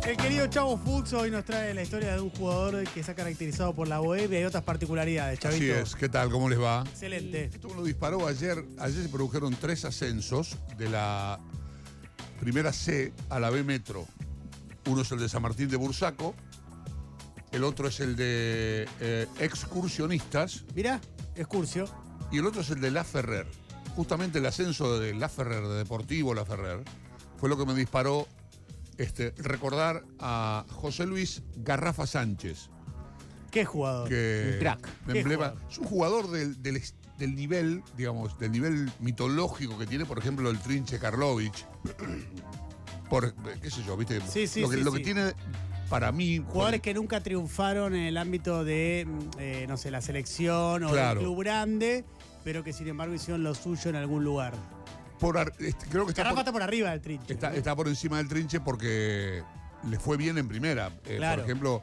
El querido Chavo Fuchs hoy nos trae la historia de un jugador que se ha caracterizado por la bohemia y otras particularidades, Chavito. Así es, ¿qué tal? ¿Cómo les va? Excelente. Esto me lo disparó ayer. Ayer se produjeron 3 ascensos de la primera C a la B Metro. Uno es el de San Martín de Bursaco, el otro es el de excursionistas. Mirá, Excursio. Y el otro es el de La Ferrer. Justamente el ascenso de La Ferrer, de Deportivo La Ferrer, fue lo que me disparó recordar a José Luis Garrafa Sánchez. ¿Qué jugador? Que Un crack. emblema, es un jugador del nivel, digamos, del nivel mitológico que tiene, por ejemplo, el Trinche Karlovic. Por, qué sé yo, ¿viste? Sí, sí, lo que sí. tiene para mí. Jugadores que nunca triunfaron en el ámbito de, no sé, la selección o Claro. del club grande, pero que sin embargo hicieron lo suyo en algún lugar. Creo que Garrafa está por arriba del Trinche. está por encima del Trinche porque le fue bien en primera. Claro. Por ejemplo,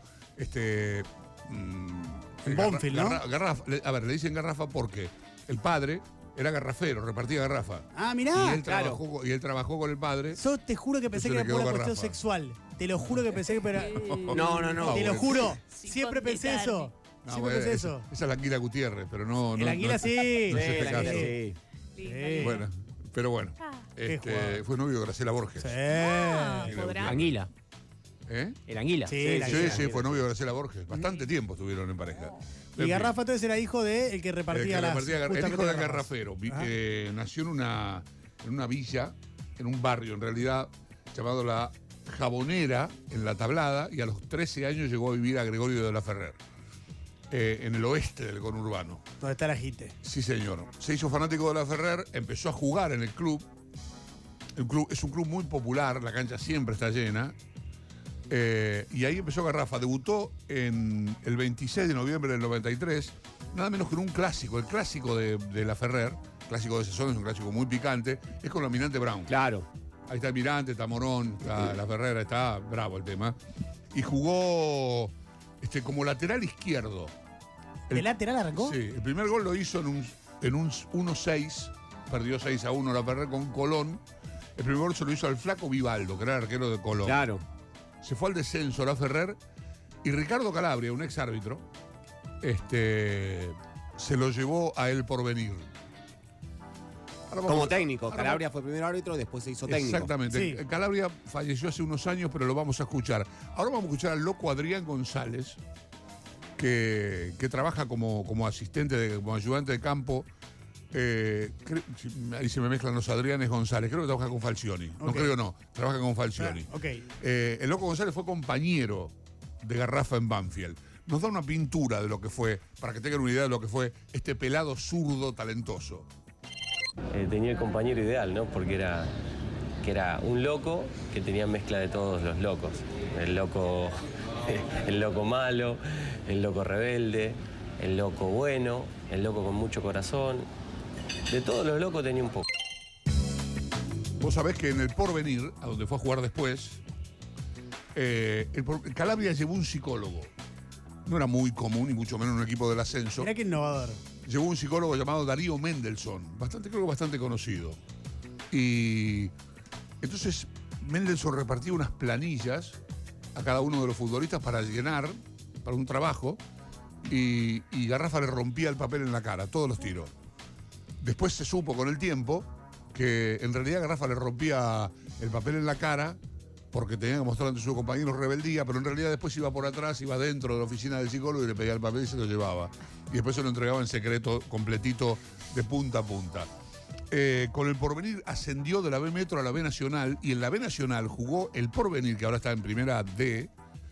Bonfield, ¿no? Garrafa, le dicen Garrafa porque el padre era garrafero, repartía garrafa. Ah, mirá. Y él trabajó con el padre. Yo te juro que pensé que Entonces era le por una quedó cuestión Garrafa. sexual. Te lo juro que pensé que era. No. Te lo bueno. juro. Sin Siempre pensé contar. eso. No, Siempre bueno, pensé esa eso. es la Anguila Gutiérrez, pero no. El Anguila sí. No es este la caso. Anguila, sí. Sí. Bueno, pero bueno. Qué jugador. Fue novio de Graciela Borges. Sí. ¿Podrá? Anguila. ¿Eh? El Anguila. Sí, la Sí, Anguila. sí, fue novio de Graciela Borges. Bastante tiempo estuvieron en pareja. En Y fin. Garrafa entonces era hijo de el que repartía las. El hijo justamente del las garrafero. Ajá. Nació en una villa, en un barrio en realidad, llamado La Jabonera, en La Tablada, y a los 13 años llegó a vivir a Gregorio de la Ferrer, en el oeste del conurbano. Donde está la Jite. Sí, señor. Se hizo fanático de la Ferrer, empezó a jugar en el club. El club es un club muy popular, la cancha siempre está llena. Y ahí empezó Garrafa. Debutó el 26 de noviembre del 93, nada menos que en un clásico, el clásico de la Ferrer, clásico de Sesón, es un clásico muy picante, es con el Almirante Brown. Claro. Ahí está el Mirante, está Morón, está la Ferrera, está bravo el tema. Y jugó como lateral izquierdo. ¿El lateral arrancó? Sí, el primer gol lo hizo en un 1-6, perdió 6-1 la Ferrer con Colón. El primer gol se lo hizo al flaco Vivaldo, que era el arquero de Colón. Claro. Se fue al descenso la Ferrer y Ricardo Calabria, un ex árbitro, se lo llevó a El Porvenir. Ahora vamos- Como técnico. ahora Calabria fue primer árbitro, después se hizo técnico. Exactamente. Sí. Calabria falleció hace unos años, pero lo vamos a escuchar. Ahora vamos a escuchar al loco Adrián González, que trabaja como asistente, como ayudante de campo. Ahí se me mezclan los Adrianes González. Creo que trabaja con Falcioni. No Ok. creo, no. Trabaja con Falcioni. Ok. El loco González fue compañero de Garrafa en Banfield. Nos da una pintura de lo que fue, para que tengan una idea de lo que fue este pelado zurdo talentoso. Tenía el compañero ideal, ¿no? Porque era un loco que tenía mezcla de todos los locos. El loco malo, el loco rebelde, el loco bueno, el loco con mucho corazón. De todos los locos tenía un poco. Vos sabés que en el Porvenir, a donde fue a jugar después, Calabria llevó un psicólogo. No era muy común, ni mucho menos en un equipo del ascenso. Mirá qué innovador. Llevó un psicólogo llamado Darío Mendelssohn, creo que bastante conocido. Y entonces Mendelssohn repartía unas planillas a cada uno de los futbolistas para llenar, para un trabajo, y Garrafa le rompía el papel en la cara, todos los tiros. Después se supo con el tiempo que en realidad Garrafa le rompía el papel en la cara porque tenía que mostrar ante sus compañeros rebeldía, pero en realidad después iba por atrás, iba dentro de la oficina del psicólogo y le pedía el papel y se lo llevaba. Y después se lo entregaba en secreto, completito, de punta a punta. Con el Porvenir ascendió de la B Metro a la B Nacional, y en la B Nacional jugó el Porvenir, que ahora está en primera D,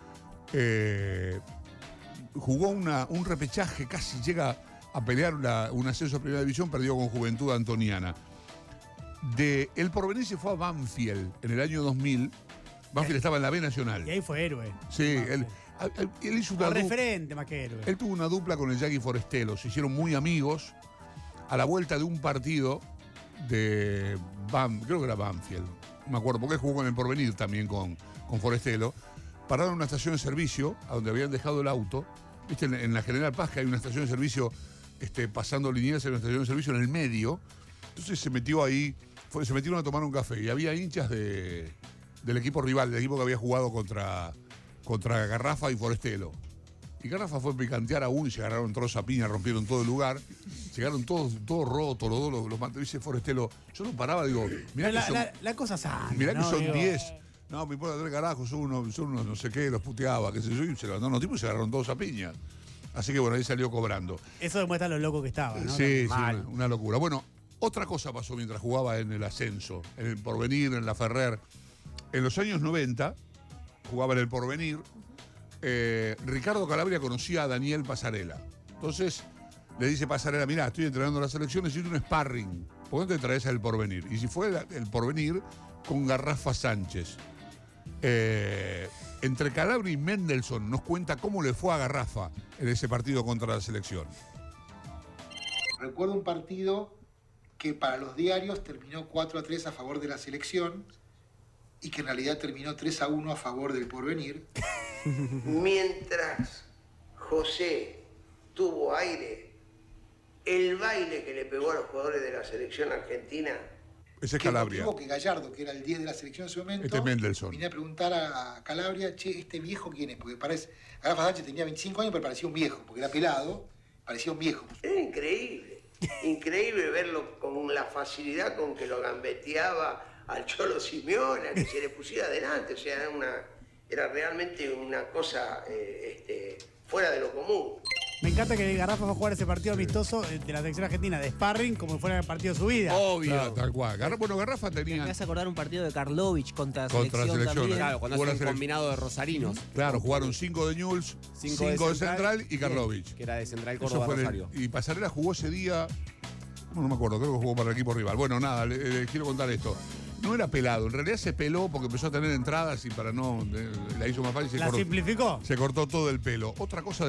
jugó un repechaje, casi llega a pelear un ascenso a primera división, perdió con Juventud Antoniana. De El Porvenir se fue a Banfield en el año 2000. Banfield estaba en la B Nacional. Y ahí fue héroe. Sí, él hizo una Referente más que héroe. él tuvo una dupla con el Jackie Forestelo, se hicieron muy amigos a la vuelta de un partido de creo que era Banfield, no me acuerdo, porque él jugó con el Porvenir también con Forestelo. Pararon en una estación de servicio a donde habían dejado el auto. Viste, en la General Paz, que hay una estación de servicio, pasando Liniers, hay una estación de servicio en el medio. Entonces se metió ahí, se metieron a tomar un café y había hinchas de del equipo rival, del equipo que había jugado contra Garrafa y Forestelo. Y Garrafa fue a picantear a uno y se agarraron todos a piña, rompieron todo el lugar. Llegaron todos rotos, los mató. Dice Forestelo, yo no paraba, digo, mirá que son, la cosa sana. mirá que ¿no? son Digo, 10. No, me importa 3 carajos, son unos no sé qué, los puteaba, qué sé yo, y se levantaron los tipos y se agarraron todos a piña. Así que bueno, ahí salió cobrando. Eso demuestra lo loco que estaba, ¿no? Sí, una locura. Bueno, otra cosa pasó mientras jugaba en el ascenso, en el Porvenir, en la Ferrer. En los años 90, jugaba en el Porvenir, Ricardo Calabria conocía a Daniel Pasarela. Entonces le dice Pasarela, mirá, estoy entrenando la selección, necesito un sparring. ¿Por qué no te traes al Porvenir? Y si fue el Porvenir con Garrafa Sánchez. Entre Calabria y Mendelssohn nos cuenta cómo le fue a Garrafa en ese partido contra la selección. Recuerdo un partido que para los diarios terminó 4-3 a favor de la selección y que en realidad terminó 3-1 a favor del Porvenir. Mientras José tuvo aire, el baile que le pegó a los jugadores de la selección argentina. Ese es Que Calabria. motivó que Gallardo, que era el 10 de la selección en ese momento, Este es Mendelssohn. vine a preguntar a Calabria, che, ¿este viejo quién es? Porque parece, Garrafa Sánchez tenía 25 años, pero parecía un viejo, porque era pelado, parecía un viejo. Era increíble verlo con la facilidad con que lo gambeteaba al Cholo Simeone, a que se le pusiera adelante. O sea, era realmente una cosa fuera de lo común. Me encanta que Garrafa va a jugar ese partido amistoso de la selección argentina de sparring como si fuera el partido de su vida. Obvio, claro. Tal cual. Garrafa Me tenía... hace acordar un partido de Karlovich contra la Contra la selección selección, también. Claro, cuando Jugó hacen la un combinado de rosarinos. Claro, jugaron 5 de Newell's, 5 de Central y Karlovich. Que era de Central Eso Córdoba fue Rosario. y Pasarela jugó ese día, no me acuerdo, creo que jugó para el equipo rival. Bueno, nada, le quiero contar esto. No era pelado, en realidad se peló porque empezó a tener entradas y para no, la hizo más fácil y ¿La simplificó? se cortó todo el pelo. Otra cosa de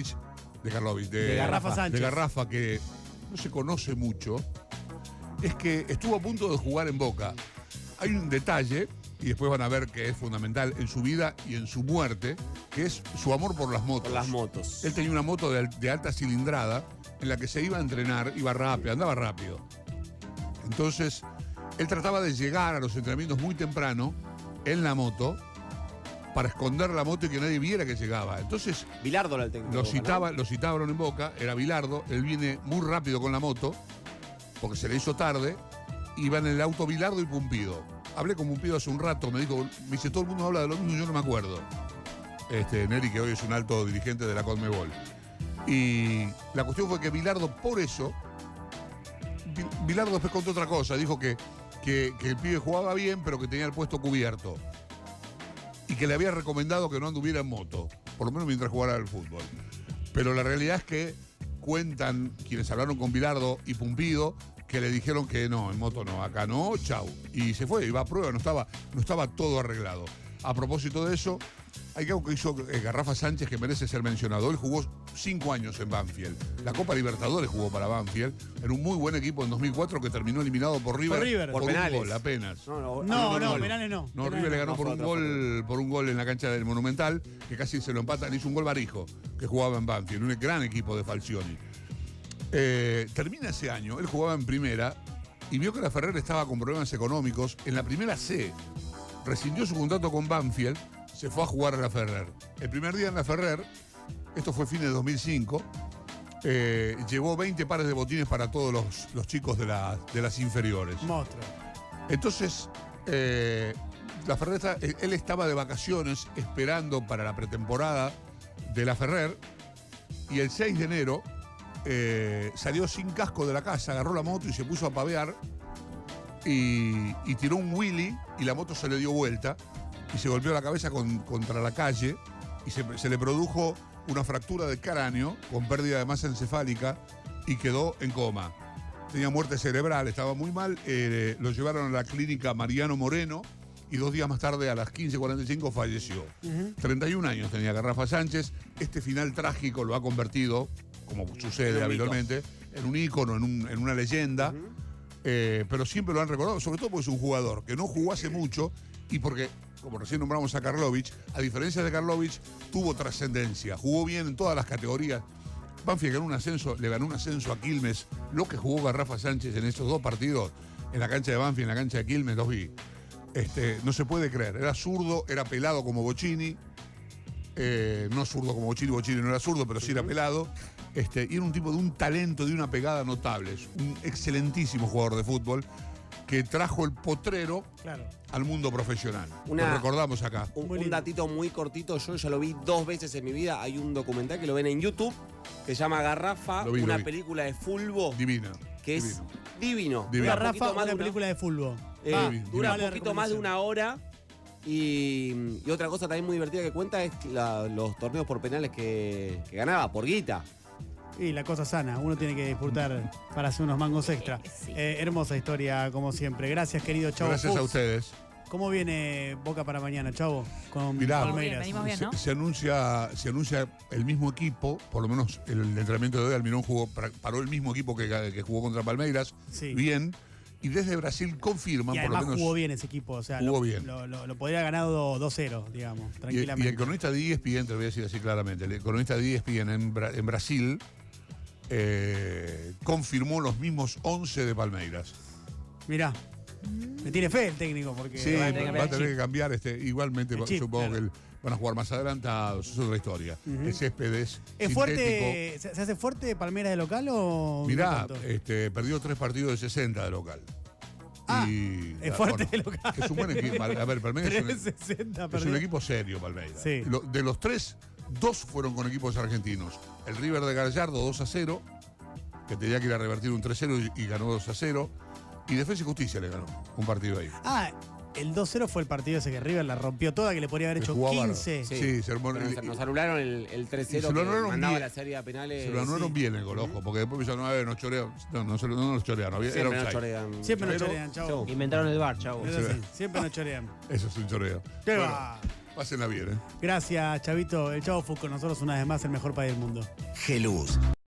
Garrafa Sánchez. De Garrafa, que no se conoce mucho, es que estuvo a punto de jugar en Boca. Hay un detalle, y después van a ver que es fundamental en su vida y en su muerte, que es su amor por las motos. Por las motos. Él tenía una moto de alta cilindrada en la que se iba a entrenar, iba rápido, andaba rápido. Entonces, él trataba de llegar a los entrenamientos muy temprano en la moto para esconder la moto y que nadie viera que llegaba. Entonces, Bilardo era el técnico. lo de Boca, ¿no? citaban en Boca, era Bilardo, él viene muy rápido con la moto, porque se le hizo tarde, iba en el auto Bilardo y Pumpido. Hablé con Pumpido hace un rato, me dice, todo el mundo habla de lo mismo, yo no me acuerdo. Neri, que hoy es un alto dirigente de la Conmebol. Y la cuestión fue que Bilardo, por eso, Bilardo después contó otra cosa, dijo que el pibe jugaba bien, pero que tenía el puesto cubierto. Y que le había recomendado que no anduviera en moto, por lo menos mientras jugara al fútbol. Pero la realidad es que cuentan quienes hablaron con Bilardo y Pumpido que le dijeron que no, en moto no, acá no, chau. Y se fue, iba a prueba, no estaba todo arreglado. A propósito de eso, hay algo que hizo Garrafa Sánchez que merece ser mencionado. Él jugó 5 años en Banfield. La Copa Libertadores jugó para Banfield. Era un muy buen equipo en 2004 que terminó eliminado por River. Por un penales. gol apenas. No, penales no. No, Penales River le ganó no, por un gol en la cancha del Monumental, que casi se lo empatan. Hizo un gol Barijo, que jugaba en Banfield, un gran equipo de Falcioni. Termina ese año, él jugaba en primera y vio que la Ferrer estaba con problemas económicos. En la primera C, rescindió su contrato con Banfield, se fue a jugar a la Ferrer. El primer día en la Ferrer, esto fue fines de 2005, llevó 20 pares de botines para todos los chicos de las inferiores. Monstruo. Entonces, la Ferrer él estaba de vacaciones esperando para la pretemporada de la Ferrer y el 6 de enero salió sin casco de la casa, agarró la moto y se puso a pavear y tiró un wheelie y la moto se le dio vuelta y se golpeó la cabeza contra la calle y se le produjo una fractura de cráneo con pérdida de masa encefálica y quedó en coma. Tenía muerte cerebral, estaba muy mal, lo llevaron a la clínica Mariano Moreno y 2 días más tarde, a las 15:45, falleció. 31 años tenía Garrafa Sánchez. Este final trágico lo ha convertido, como sucede habitualmente, en un ícono, en una leyenda. Pero siempre lo han recordado, sobre todo porque es un jugador que no jugó hace mucho y porque, como recién nombramos a Karlovich, a diferencia de Karlovich, tuvo trascendencia. Jugó bien en todas las categorías. Banfield le ganó un ascenso a Quilmes. Lo que jugó Garrafa Sánchez en estos 2 partidos, en la cancha de Banfield, en la cancha de Quilmes, los vi. No se puede creer. Era zurdo, era pelado como Bocini. No zurdo como Bocini no era zurdo, pero sí era pelado. Y era un tipo de un talento, de una pegada notable. Es un excelentísimo jugador de fútbol que trajo el potrero al mundo profesional. Lo recordamos acá. Un datito muy cortito, yo ya lo vi 2 veces en mi vida. Hay un documental que lo ven en YouTube, que se llama Garrafa, una película de Fulbo. Divina. Que es divino. Garrafa, una película de Fulbo. Dura un poquito más de 1 hora. Y otra cosa también muy divertida que cuenta es los torneos por penales que ganaba, por guita. Y la cosa sana, uno tiene que disfrutar para hacer unos mangos extra. Sí. Hermosa historia, como siempre. Gracias, querido Chavo. Gracias Fuchs. a ustedes. ¿Cómo viene Boca para mañana, Chavo? Con Mirá, Palmeiras. Venimos bien, ¿no? Se anuncia el mismo equipo, por lo menos el entrenamiento de hoy, Almirón paró el mismo equipo que jugó contra Palmeiras, Sí. bien, y desde Brasil confirman, Y por lo además menos... jugó bien ese equipo, o sea, Jugó bien. lo podría haber ganado 2-0, digamos, Y tranquilamente. el cronista de ESPN, te lo voy a decir así claramente, el cronista de ESPN en Brasil confirmó los mismos 11 de Palmeiras. Mirá, me tiene fe el técnico, porque Sí, va a va tener que a cambiar el tener chip. que cambiar, igualmente El chip, supongo claro. que van a jugar más adelantados, es otra historia. El césped es ¿Es fuerte, se hace fuerte Palmeiras de local o Mirá, no tanto? perdió 3 partidos de 60 de local. Ah, Y, es fuerte de local. Es un buen equipo. A ver, Palmeiras es 360 un perdió. equipo serio, Palmeiras. Sí. De los 3, 2 fueron con equipos argentinos. El River de Gallardo 2-0, que tenía que ir a revertir un 3-0 y ganó 2-0. Y Defensa y Justicia le ganó un partido ahí. Ah, el 2-0 fue el partido ese que River la rompió toda, que le podría haber Que hecho jugaba 15. Sí, se armó. Pero nos anularon el Y 3-0 se lo que anularon mandaba bien. la serie a penales. Se lo anularon bien el gol, ojo, porque después Villanueva nos chorearon. No nos chorearon. Era Siempre nos offside. chorean. Siempre nos Pero- chorean, Chavo. Inventaron el bar, Chavo. Es así, siempre nos chorean. Eso es un choreo. ¿Qué Bueno, va? pásenla bien, Gracias, Chavito. El Chavo fue con nosotros una vez más, el mejor país del mundo. Geluz.